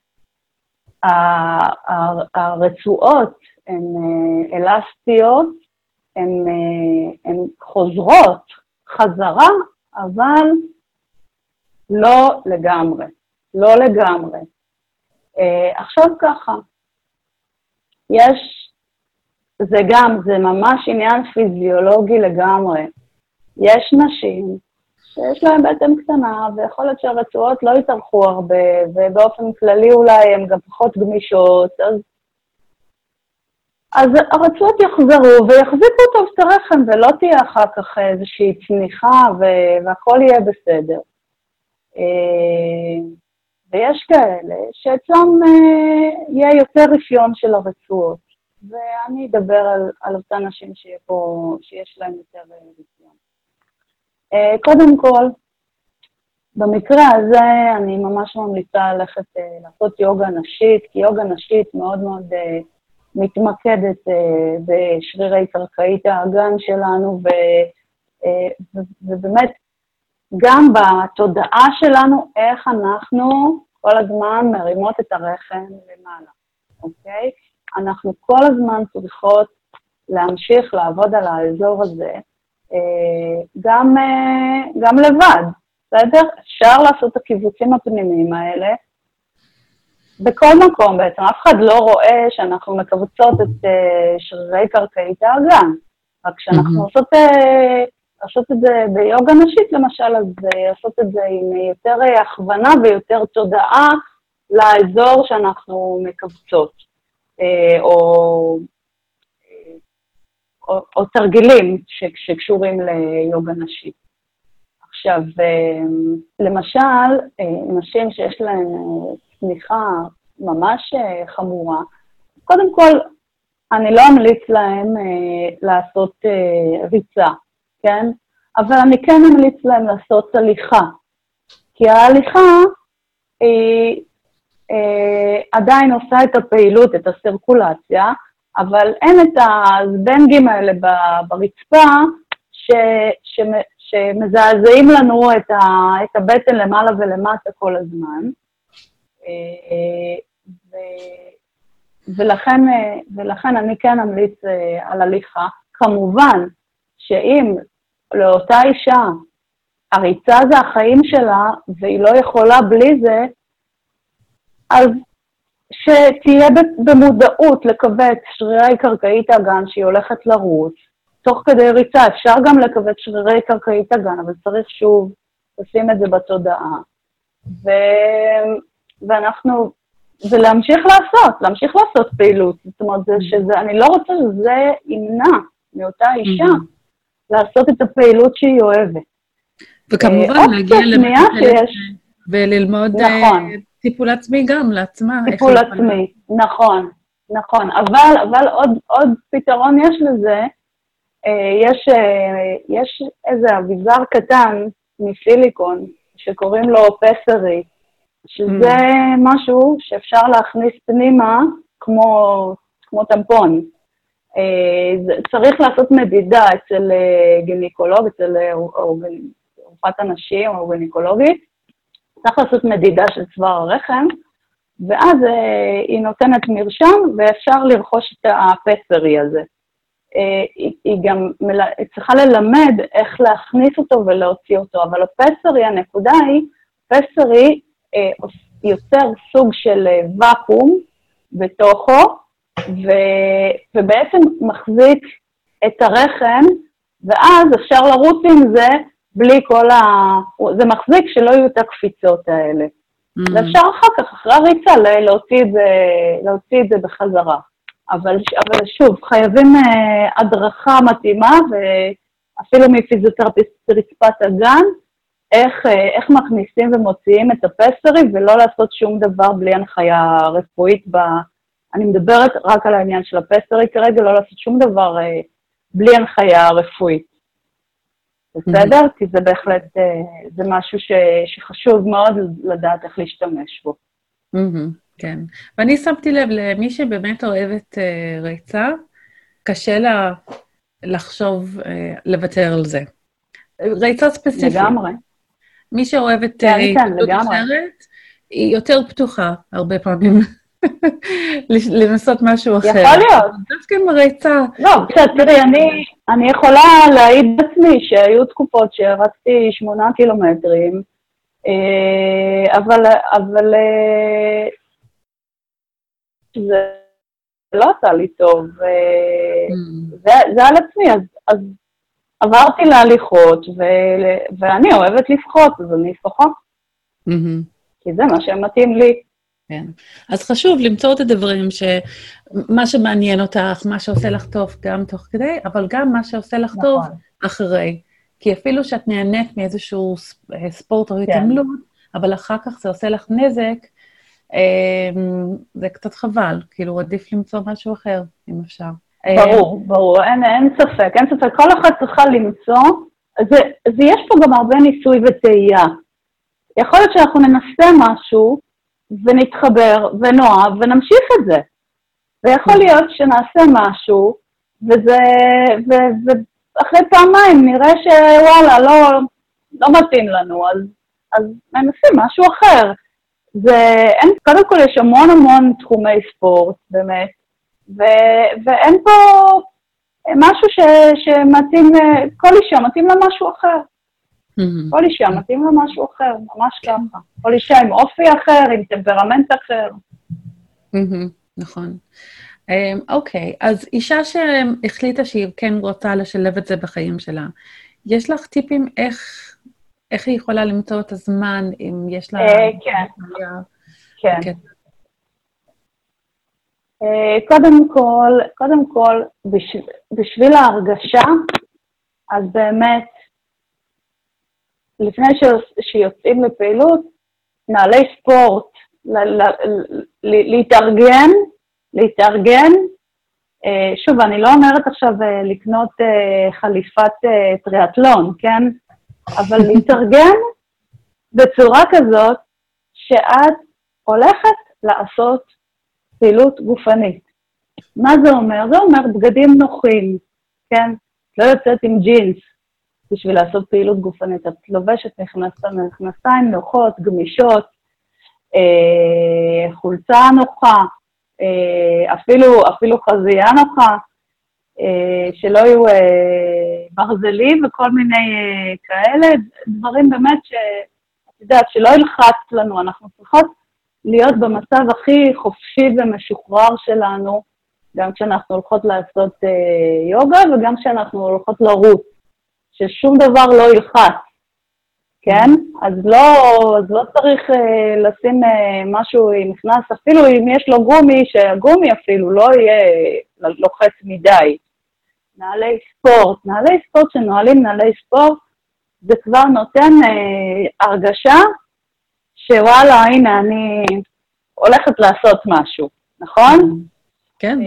הרצועות הן אלסטיות, הן, הן חוזרות חזרה, אבל לא לגמרי, לא לגמרי. עכשיו ככה, יש, זה גם, זה ממש עניין פיזיולוגי לגמרי. יש נשים שיש להן בטן קטנה, ויכול להיות שהרצועות לא יתארכו הרבה, ובאופן כללי אולי הן גם פחות גמישות, אז, אז הרצועות יחזרו ויחזיקו טוב את הרחם, ולא תהיה אחר כך איזושהי צניחה, והכל יהיה בסדר. ויש כאלה שאצלם יהיה יותר רפיון של הרצועות, ואני אדבר על, על אותן נשים פה, שיש להם יותר רפיון. קודם כל, במקרה הזה אני ממש ממליצה ללכת לעשות יוגה נשית, כי יוגה נשית מאוד מאוד מתמקדת בשרירי קרקעית האגן שלנו, ובאמת גם בתודעה שלנו איך אנחנו כל הזמן מרימות את הרחם למעלה, אוקיי? אנחנו כל הזמן צריכות להמשיך לעבוד על האזור הזה, גם, גם לבד, בסדר? אפשר לעשות את הקיבוצים הפנימיים האלה, בכל מקום בעצם, אף אחד לא רואה שאנחנו מקבוצות את שרירי קרקעית האגן, רק כשאנחנו עושות, לעשות את זה ביוגה נשית למשל, אז לעשות את זה עם יותר הכוונה ויותר תודעה לאזור שאנחנו מקבצות, או... או, או תרגילים שקשורים ליוגה נשית. עכשיו, למשל, נשים שיש להן צניחה ממש חמורה, קודם כל, אני לא אמליץ להן לעשות ריצה, כן? אבל אני כן אמליץ להן לעשות הליכה, כי ההליכה היא עדיין עושה את הפעילות, את הסרקולציה, אבל אין את הזבנגים האלה ברצפה ש, ש, שמזעזעים לנו את, ה, את הבטן למעלה ולמטה כל הזמן. ו, ולכן, ולכן אני כן אמליץ על הליכה. כמובן שאם לאותה אישה הריצה זה החיים שלה והיא לא יכולה בלי זה, אז שתהיה במודעות לכווץ שרירי קרקעית האגן שהיא הולכת לרוץ, תוך כדי ריצה אפשר גם לכווץ שרירי קרקעית האגן, אבל צריך שוב לשים את זה בתודעה. ו... ואנחנו, ולהמשיך לעשות, להמשיך לעשות פעילות, זאת אומרת, שזה, אני לא רוצה שזה ימנע מאותה אישה לעשות את הפעילות שהיא אוהבת. וכמובן להגיע לבית וללמוד... נכון. טיפול עצמי גם לעצמה. טיפול עצמי, נכון, נכון. אבל, אבל עוד, עוד פתרון יש לזה, יש, יש איזה אביזר קטן מסיליקון, שקוראים לו פסרי, שזה משהו שאפשר להכניס פנימה כמו, כמו טמפון. צריך לעשות מדידה אצל גינקולוג, אצל רופאת הנשים או גינקולוגית, צריך לעשות מדידה של צוואר הרחם, ואז אה, היא נותנת מרשם, ואפשר לרכוש את הפסרי הזה. אה, היא, היא גם מל... צריכה ללמד איך להכניס אותו ולהוציא אותו, אבל הפסרי, הנקודה היא, פסרי אה, יוצר סוג של ואקום בתוכו, ו... ובעצם מחזיק את הרחם, ואז אפשר לרוץ עם זה, בלי כל ה... זה מחזיק שלא יהיו את הקפיצות האלה. Mm-hmm. ואפשר אחר כך, אחרי הריצה, להוציא את זה, להוציא את זה בחזרה. אבל, אבל שוב, חייבים uh, הדרכה מתאימה, ואפילו מפיזיותרפיסט רצפת הגן, איך, uh, איך מכניסים ומוציאים את הפסרי, ולא לעשות שום דבר בלי הנחיה רפואית. ב... אני מדברת רק על העניין של הפסרי כרגע, לא לעשות שום דבר uh, בלי הנחיה רפואית. בסדר? כי זה בהחלט, זה משהו ש, שחשוב מאוד לדעת איך להשתמש בו. כן. ואני שמתי לב למי שבאמת אוהבת ריצה, קשה לה לחשוב, לוותר על זה. ריצה ספציפית. לגמרי. מי שאוהבת כן, כן, התאבדות לגמרי. אחרת, היא יותר פתוחה הרבה פעמים לנסות משהו אחר. יכול להיות. דווקא עם הריצה. לא, בסדר, תראי, אני, אני יכולה להעיד בעצמי שהיו תקופות שרצתי שמונה קילומטרים, אה, אבל, אבל אה, זה לא עשה לי טוב, אה, Mm. זה, זה על עצמי, אז, אז עברתי להליכות, ו, ואני אוהבת לפחות, אז אני אשוחח, Mm-hmm. כי זה מה שמתאים לי. כן. אז חשוב למצוא את הדברים שמה שמעניין אותך, מה שעושה לך טוב גם תוך כדי, אבל גם מה שעושה לך נכון. טוב אחרי. כי אפילו שאת נהנית מאיזשהו ספורט או כן. התעמלות, אבל אחר כך זה עושה לך נזק, זה קצת חבל, כאילו עדיף למצוא משהו אחר, אם אפשר. ברור, ברור, אין, אין ספק, אין ספק, כל אחד צריכה למצוא, זה, זה יש פה גם הרבה ניסוי וטעייה. יכול להיות שאנחנו ננסה משהו, ונתחבר, ונאהב, ונמשיך את זה. ויכול להיות שנעשה משהו, וזה, ו, ואחרי פעמיים נראה שוואלה, לא, לא מתאים לנו, אז, אז ננסים משהו אחר. זה, אין, קודם כל יש המון המון תחומי ספורט, באמת, ו, ואין פה משהו ש, שמתאים, כל אישה מתאים לה משהו אחר. Mm-hmm. כל אישה מתאים לה משהו אחר, ממש ככה. כל אישה עם אופי אחר, עם טמפרמנט אחר. Mm-hmm. נכון. אוקיי, אז אישה שהחליטה שהיא כן רוצה לשלב את זה בחיים שלה, יש לך טיפים איך, איך היא יכולה למצוא את הזמן, אם יש לה... כן, כן. קודם כל, קודם כל, בשביל ההרגשה, אז באמת, לפני שיוצאים לפעילות, נעלי ספורט, להתארגן, להתארגן, שוב, אני לא אומרת עכשיו לקנות חליפת טריאטלון, כן? אבל להתארגן בצורה כזאת שאת הולכת לעשות פעילות גופנית. מה זה אומר? זה אומר בגדים נוחים, כן? לא יוצאת עם ג'ינס בשביל לעשות פעילות גופנית. את לובשת מכנסיים נוחות, גמישות, אה, חולצה נוחה, אה, אפילו, אפילו חזייה נוחה, אה, שלא יהיו אה, ברזלים וכל מיני אה, כאלה, דברים באמת שאת יודעת, שלא ילחץ לנו, אנחנו צריכות להיות במצב הכי חופשי ומשוחרר שלנו, גם כשאנחנו הולכות לעשות אה, יוגה וגם כשאנחנו הולכות לרוץ, ששום דבר לא ילחץ, כן? אז לא, אז לא צריך אה, לשים אה, משהו עם מכנס, אפילו אם יש לו גומי, שהגומי אפילו לא יהיה לוחץ מדי. נעלי ספורט, נעלי ספורט שנועלים נעלי ספורט, זה כבר נותן אה, הרגשה שוואלה, הנה, אני הולכת לעשות משהו, נכון? כן.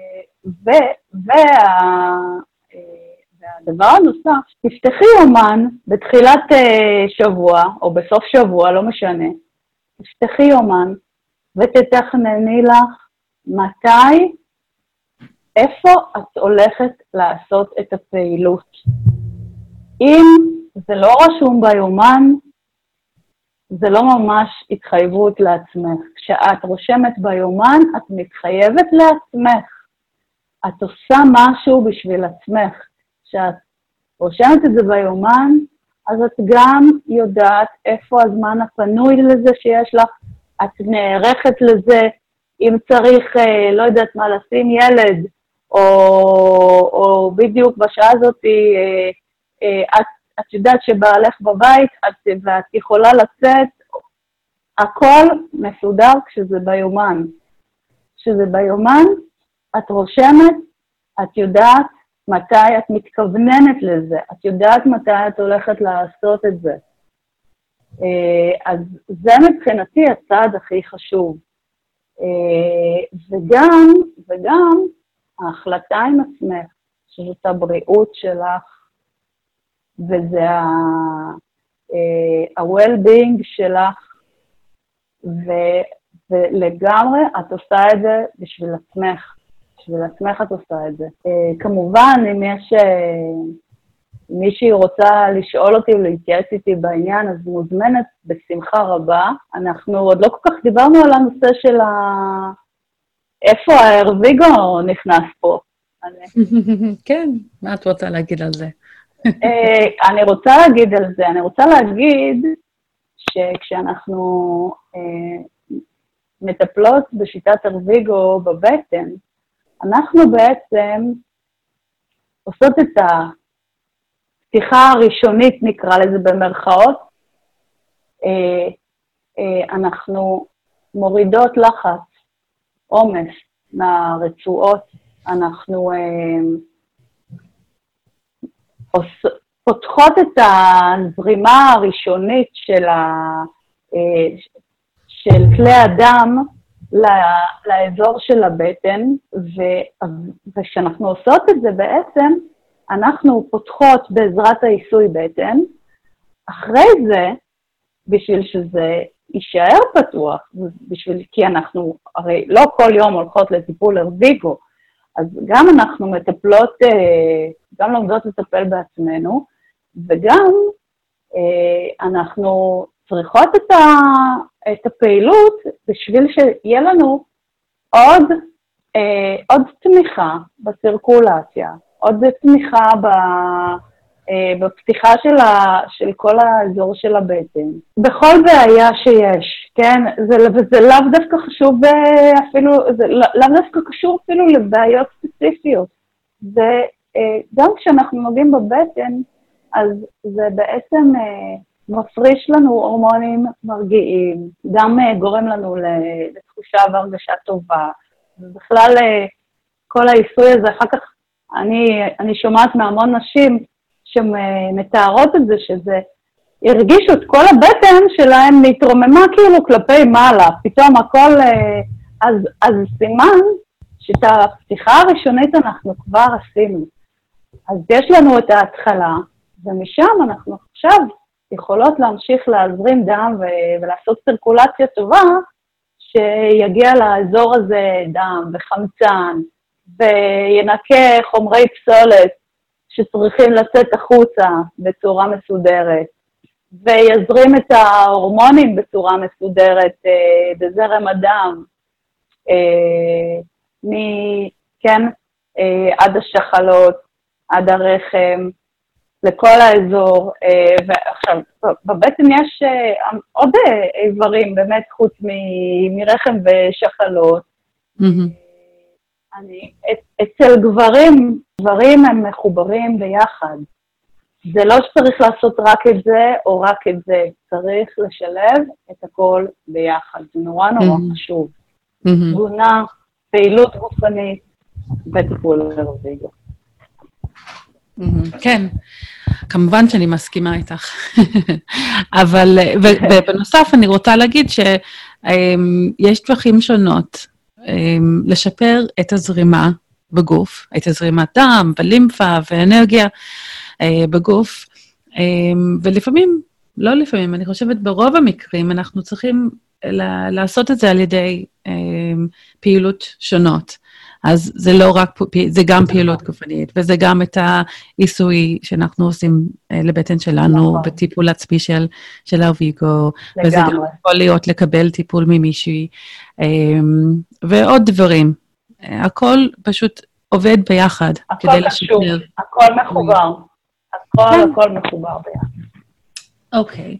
והדבר הנוסף, תפתחי יומן בתחילת שבוע, או בסוף שבוע, לא משנה, תפתחי יומן ותתכנני לך מתי, איפה את הולכת לעשות את הפעילות. אם זה לא רשום ביומן, זה לא ממש התחייבות לעצמך. כשאת רושמת ביומן, את מתחייבת לעצמך. את עושה משהו בשביל עצמך. כשאת רושמת את זה ביומן, אז את גם יודעת איפה הזמן הפנוי לזה שיש לך, את נערכת לזה, אם צריך, לא יודעת מה, לשים ילד, או, או בדיוק בשעה הזאת, את את יודעת שבעלך בבית, את, ואת יכולה לצאת, הכל מסודר כשזה ביומן. כשזה ביומן, את רושמת, את יודעת מתי את מתכווננת לזה, את יודעת מתי את הולכת לעשות את זה. אז זה מבחינתי הצעד הכי חשוב. וגם, וגם ההחלטה עם עצמך, שזאת הבריאות שלך, וזה ה-well-being שלך, ולגמרי את עושה את זה בשביל עצמך. בשביל עצמך את עושה את זה. כמובן, אם יש מישהי רוצה לשאול אותי ולהתייעץ איתי בעניין, אז מוזמנת בשמחה רבה. אנחנו עוד לא כל כך דיברנו על הנושא של ה... איפה הארוויגו נכנס פה. כן, מה את רוצה להגיד על זה? אני רוצה להגיד על זה, אני רוצה להגיד שכשאנחנו מטפלות בשיטת ארוויגו בבטן, אנחנו בעצם עושות את הפתיחה הראשונית, נקרא לזה במרכאות, אנחנו מורידות לחץ, עומס מהרצועות, אנחנו פותחות את הזרימה הראשונית של, ה, של כלי הדם לאזור של הבטן, וכשאנחנו עושות את זה בעצם, אנחנו פותחות בעזרת העיסוי בטן, אחרי זה, בשביל שזה יישאר פתוח, בשביל, כי אנחנו הרי לא כל יום הולכות לטיפול ארוויגו, אז גם אנחנו מטפלות, גם לומדות לטפל בעצמנו, וגם אנחנו צריכות את, ה, את הפעילות בשביל שיהיה לנו עוד, עוד תמיכה בסירקולציה, עוד תמיכה ב, בפתיחה של, ה, של כל האזור של הבטן. בכל בעיה שיש, כן? זה, וזה לאו דווקא חשוב אפילו, זה לאו דווקא קשור אפילו לבעיות ספציפיות. זה, גם כשאנחנו נוגעים בבטן, אז זה בעצם מפריש לנו הורמונים מרגיעים, גם גורם לנו לתחושה והרגשה טובה, ובכלל כל העיסוי הזה, אחר כך אני, אני שומעת מהמון נשים שמתארות את זה, שזה הרגישו את כל הבטן שלהם להתרוממה כאילו כלפי מעלה, פתאום הכל, אז, אז סימן שאת הפתיחה הראשונית אנחנו כבר עשינו. אז יש לנו את ההתחלה, ומשם אנחנו עכשיו יכולות להמשיך להזרים דם ו- ולעשות סירקולציה טובה, שיגיע לאזור הזה דם וחמצן, וינקה חומרי פסולת שצריכים לצאת החוצה בצורה מסודרת, ויזרים את ההורמונים בצורה מסודרת אה, בזרם הדם, אה, מ, כן, אה, עד השחלות, עד הרחם, לכל האזור, אה, ועכשיו, בבטן יש אה, עוד איברים, באמת חוץ מ- מרחם ושחלות, mm-hmm. אני, אצל גברים, גברים הם מחוברים ביחד. זה לא שצריך לעשות רק את זה או רק את זה, צריך לשלב את הכל ביחד. זה נורא נורא mm-hmm. חשוב. Mm-hmm. תזונה, פעילות גופנית וטיפול ארוויגו. Mm-hmm. כן, כמובן שאני מסכימה איתך. אבל, ובנוסף אני רוצה להגיד שיש דרכים שונות, לשפר את הזרימה בגוף, את הזרימת דם ולימפה ואנרגיה בגוף, ולפעמים, לא לפעמים, אני חושבת ברוב המקרים אנחנו צריכים לעשות את זה על ידי פעילות שונות. אז זה לא רק, זה גם פעילות גופנית, וזה גם את העיסוי שאנחנו עושים לבטן שלנו, בטיפול עצמי של, של ארוויגו, וזה גם יכול להיות לקבל טיפול ממישהי, ועוד דברים. הכל פשוט עובד ביחד. הכל קשור, הכל מחובר. הכל, הכל מחובר ביחד. אוקיי.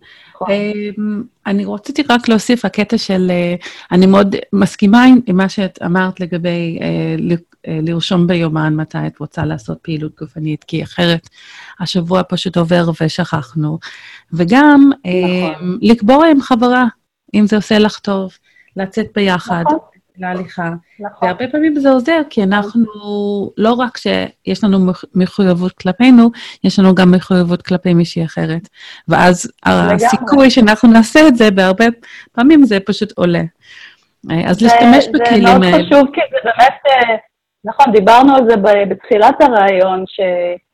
אני רציתי רק להוסיף הקטע של, אני מאוד מסכימה עם מה שאת אמרת לגבי לרשום ביומן מתי את רוצה לעשות פעילות גופנית, כי אחרת השבוע פשוט עובר ושכחנו. וגם לקבוע עם חברה, אם זה עושה לך טוב, לצאת ביחד. להליכה. נכון. והרבה פעמים זה עוזר, כי אנחנו, לא רק שיש לנו מחויבות כלפינו, יש לנו גם מחויבות כלפי מישהי אחרת. ואז הסיכוי שאנחנו נעשה את זה, בהרבה פעמים זה פשוט עולה. אז זה, להשתמש בכלים האלה. זה מאוד חשוב, כי זה באמת, נכון, דיברנו על זה בתחילת הרעיון, ש,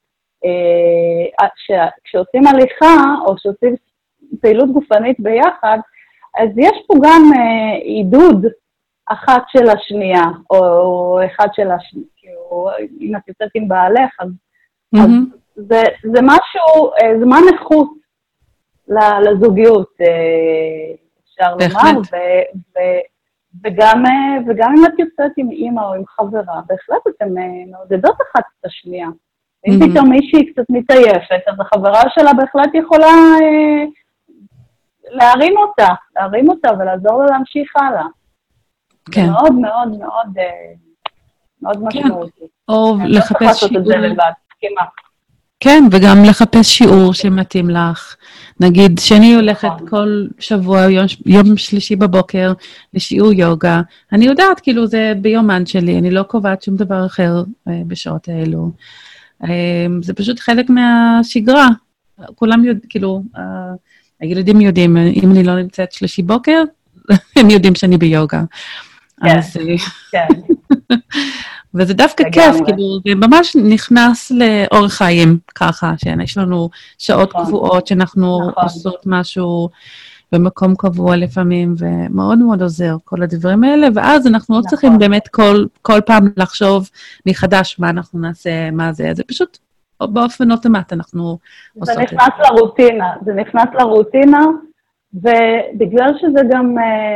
כשעושים הליכה, או כשעושים פעילות גופנית ביחד, אז יש פה גם עידוד, אחת של השנייה, או אחד של השנייה, כאילו, אם את יוצאת עם בעלך, אז, mm-hmm. אז זה, זה משהו, זה מה נכות לזוגיות, אפשר לומר, ו, ו, וגם, וגם אם את יוצאת עם אימא או עם חברה, בהחלט אתן מעודדות אחת את השנייה. אם mm-hmm. פתאום מישהי קצת מתעייפת, אז החברה שלה בהחלט יכולה אה, להרים אותה, להרים אותה ולעזור לה להמשיך הלאה. כן. זה מאוד מאוד מאוד, אה, מאוד משמעותי. או לחפש שיעור. לא צריך לעשות את זה לבד, סכימה. כן, וגם לחפש שיעור שמתאים לך. נגיד, שאני הולכת כל שבוע, יום, יום שלישי בבוקר, לשיעור יוגה. אני יודעת, כאילו, זה ביומן שלי, אני לא קובעת שום דבר אחר אה, בשעות האלו. אה, זה פשוט חלק מהשגרה. כולם יודעים, כאילו, אה, הילדים יודעים, אם אני לא נמצאת שלישי בוקר, הם יודעים שאני ביוגה. כן, אז, כן. וזה דווקא כיף, כאילו, זה ממש נכנס לאורח חיים, ככה, שיש לנו שעות קבועות, שאנחנו עושות משהו במקום קבוע לפעמים, ומאוד מאוד עוזר כל הדברים האלה, ואז אנחנו לא צריכים באמת כל פעם לחשוב מחדש מה אנחנו נעשה, מה זה, זה פשוט באופן אוטומט אנחנו עושות את זה. זה נכנס לרוטינה, זה נכנס לרוטינה, ובגלל שזה גם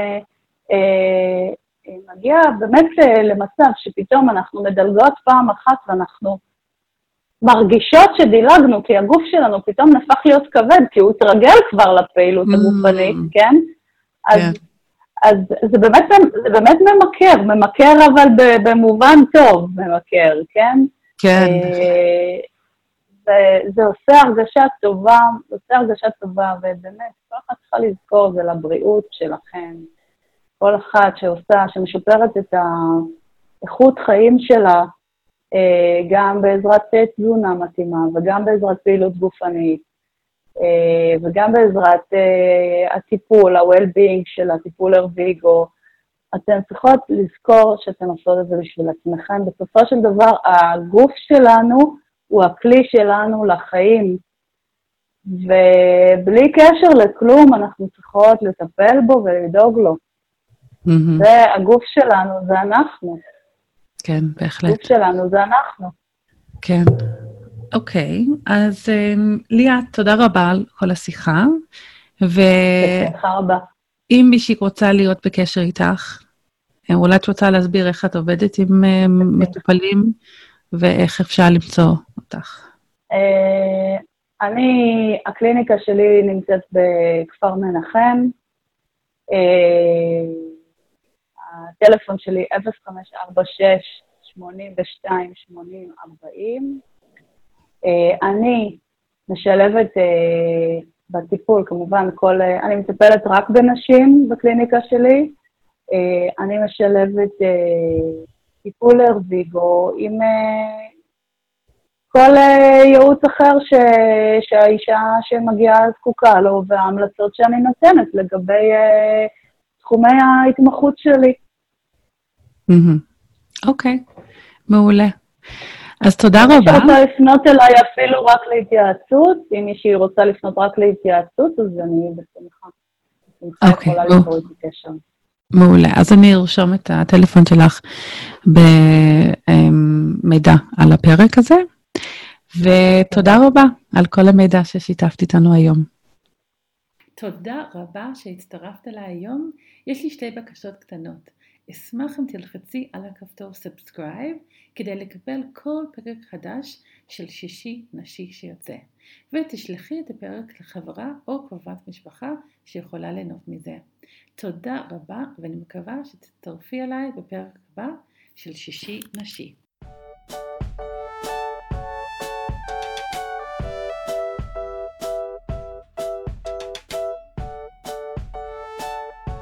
מגיע באמת למצב שפתאום אנחנו מדלגות פעם אחת ואנחנו מרגישות שדילגנו, כי הגוף שלנו פתאום נפך להיות כבד, כי הוא התרגל כבר לפעילות הגופנית, כן? אז זה באמת, זה באמת ממכר, ממכר אבל במובן טוב ממכר, כן? כן. וזה עושה הרגשה טובה, זה עושה הרגשה טובה, ובאמת, כל אחת צריכה לזכור, זה לבריאות שלכם. כל אחת שעושה, שמשופרת את האיכות חיים שלה, גם בעזרת תזונה מתאימה, וגם בעזרת פעילות גופנית, וגם בעזרת הטיפול, ה-well-being של הטיפול הרוויגו, אתן צריכות לזכור שאתן עושות את זה בשביל עצמכם. בסופו של דבר, הגוף שלנו הוא הכלי שלנו לחיים, ובלי קשר לכלום אנחנו צריכות לטפל בו ולדאוג לו. Mm-hmm. זה הגוף שלנו, זה אנחנו. כן, בהחלט. הגוף שלנו, זה אנחנו. כן. אוקיי, אז ליאת, תודה רבה על כל השיחה. בשמחה רבה. אם מישהי רוצה להיות בקשר איתך, אולי את רוצה להסביר איך את עובדת עם מטופלים, ואיך אפשר למצוא אותך. אני, הקליניקה שלי נמצאת בכפר מנחם, הטלפון שלי אפס חמש ארבע שש שמונים ושתיים שמונים ארבעים. אני משלבת בטיפול, כמובן, כל, אני מטפלת רק בנשים בקליניקה שלי. אני משלבת טיפול הרוויגו עם כל ייעוץ אחר ש, שהאישה שמגיעה זקוקה לו, וההמלצות שאני נותנת לגבי תחומי ההתמחות שלי. אוקיי, מעולה. אז תודה רבה. אם רוצה לפנות אליי אפילו רק להתייעצות, אם מישהי רוצה לפנות רק להתייעצות, אז אני בשמחה. בשמחה יכולה לבוא איתי קשר. מעולה. אז אני ארשום את הטלפון שלך במידע על הפרק הזה, ותודה רבה על כל המידע ששיתפת איתנו היום. תודה רבה שהצטרפת אליי היום. יש לי שתי בקשות קטנות. אשמח אם תלחצי על הכפתור סאבסקרייב כדי לקבל כל פרק חדש של שישי נשי שיוצא, ותשלחי את הפרק לחברה או קרובת משפחה שיכולה ליהנות מזה. תודה רבה, ואני מקווה שתצטרפי אליי בפרק הבא של שישי נשי.